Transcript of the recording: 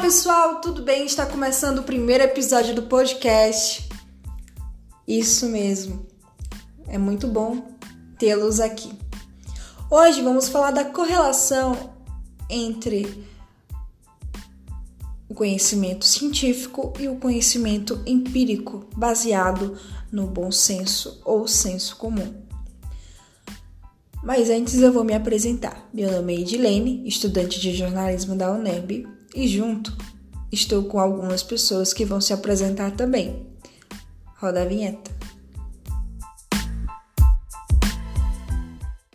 pessoal, tudo bem? Está começando o primeiro episódio do podcast. Isso mesmo, é muito bom tê-los aqui. Hoje vamos falar da correlação entre o conhecimento científico e o conhecimento empírico, baseado no bom senso ou senso comum. Mas antes eu vou me apresentar. Meu nome é Edilene, estudante de jornalismo da UNEB, e junto estou com algumas pessoas que vão se apresentar também. Roda a vinheta.